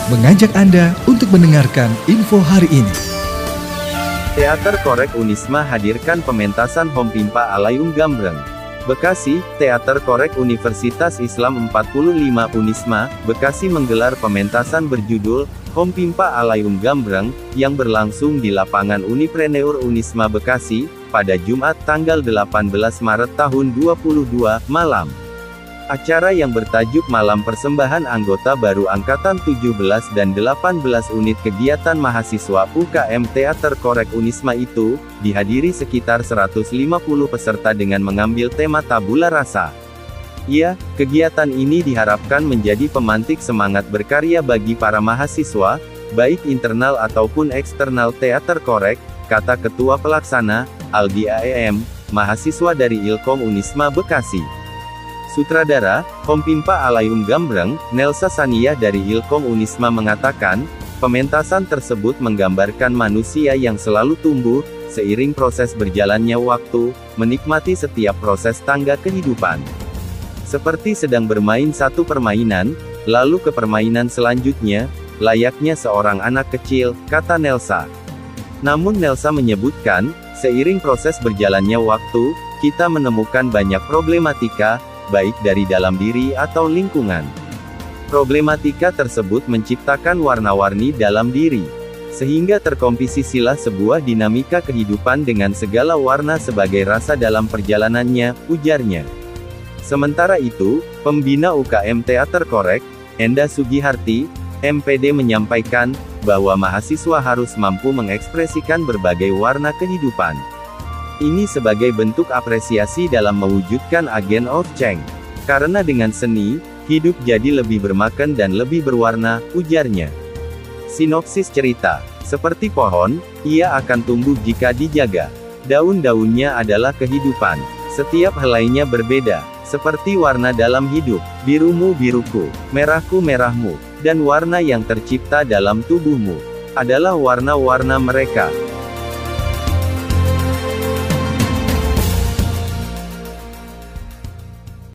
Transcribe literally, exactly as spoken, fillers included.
mengajak Anda untuk mendengarkan info hari ini. Teater Korek Unisma hadirkan pementasan Hompimpa Alayum Gambreng. Bekasi, Teater Korek Universitas Islam empat puluh lima Unisma, Bekasi menggelar pementasan berjudul Hompimpa Alayum Gambreng, yang berlangsung di lapangan Unipreneur Unisma Bekasi, pada Jumat tanggal delapan belas Maret tahun dua ribu dua puluh dua, malam. Acara yang bertajuk Malam Persembahan Anggota Baru Angkatan tujuh belas dan delapan belas Unit Kegiatan Mahasiswa U K M Teater Korek Unisma itu, dihadiri sekitar seratus lima puluh peserta dengan mengambil tema tabula rasa. Ya, kegiatan ini diharapkan menjadi pemantik semangat berkarya bagi para mahasiswa, baik internal ataupun eksternal Teater Korek, kata Ketua Pelaksana, Aldi A E M, mahasiswa dari Ilkom Unisma Bekasi. Sutradara, Hompimpa Alayum Gambreng, Nelsa Saniah dari Ilkom Unisma mengatakan, pementasan tersebut menggambarkan manusia yang selalu tumbuh, seiring proses berjalannya waktu, menikmati setiap proses tangga kehidupan. Seperti sedang bermain satu permainan, lalu ke permainan selanjutnya, layaknya seorang anak kecil, kata Nelsa. Namun Nelsa menyebutkan, seiring proses berjalannya waktu, kita menemukan banyak problematika, baik dari dalam diri atau lingkungan. Problematika tersebut menciptakan warna-warni dalam diri, sehingga terkomposisilah sebuah dinamika kehidupan dengan segala warna sebagai rasa dalam perjalanannya, ujarnya. Sementara itu, Pembina U K M Teater Korek, Enda Sugiharti, M P D menyampaikan, bahwa mahasiswa harus mampu mengekspresikan berbagai warna kehidupan. Ini sebagai bentuk apresiasi dalam mewujudkan agen of change. Karena dengan seni, hidup jadi lebih bermakna dan lebih berwarna, ujarnya. Sinopsis cerita. Seperti pohon, ia akan tumbuh jika dijaga. Daun-daunnya adalah kehidupan. Setiap helainya berbeda. Seperti warna dalam hidup. Birumu biruku, merahku merahmu, dan warna yang tercipta dalam tubuhmu adalah warna-warna mereka.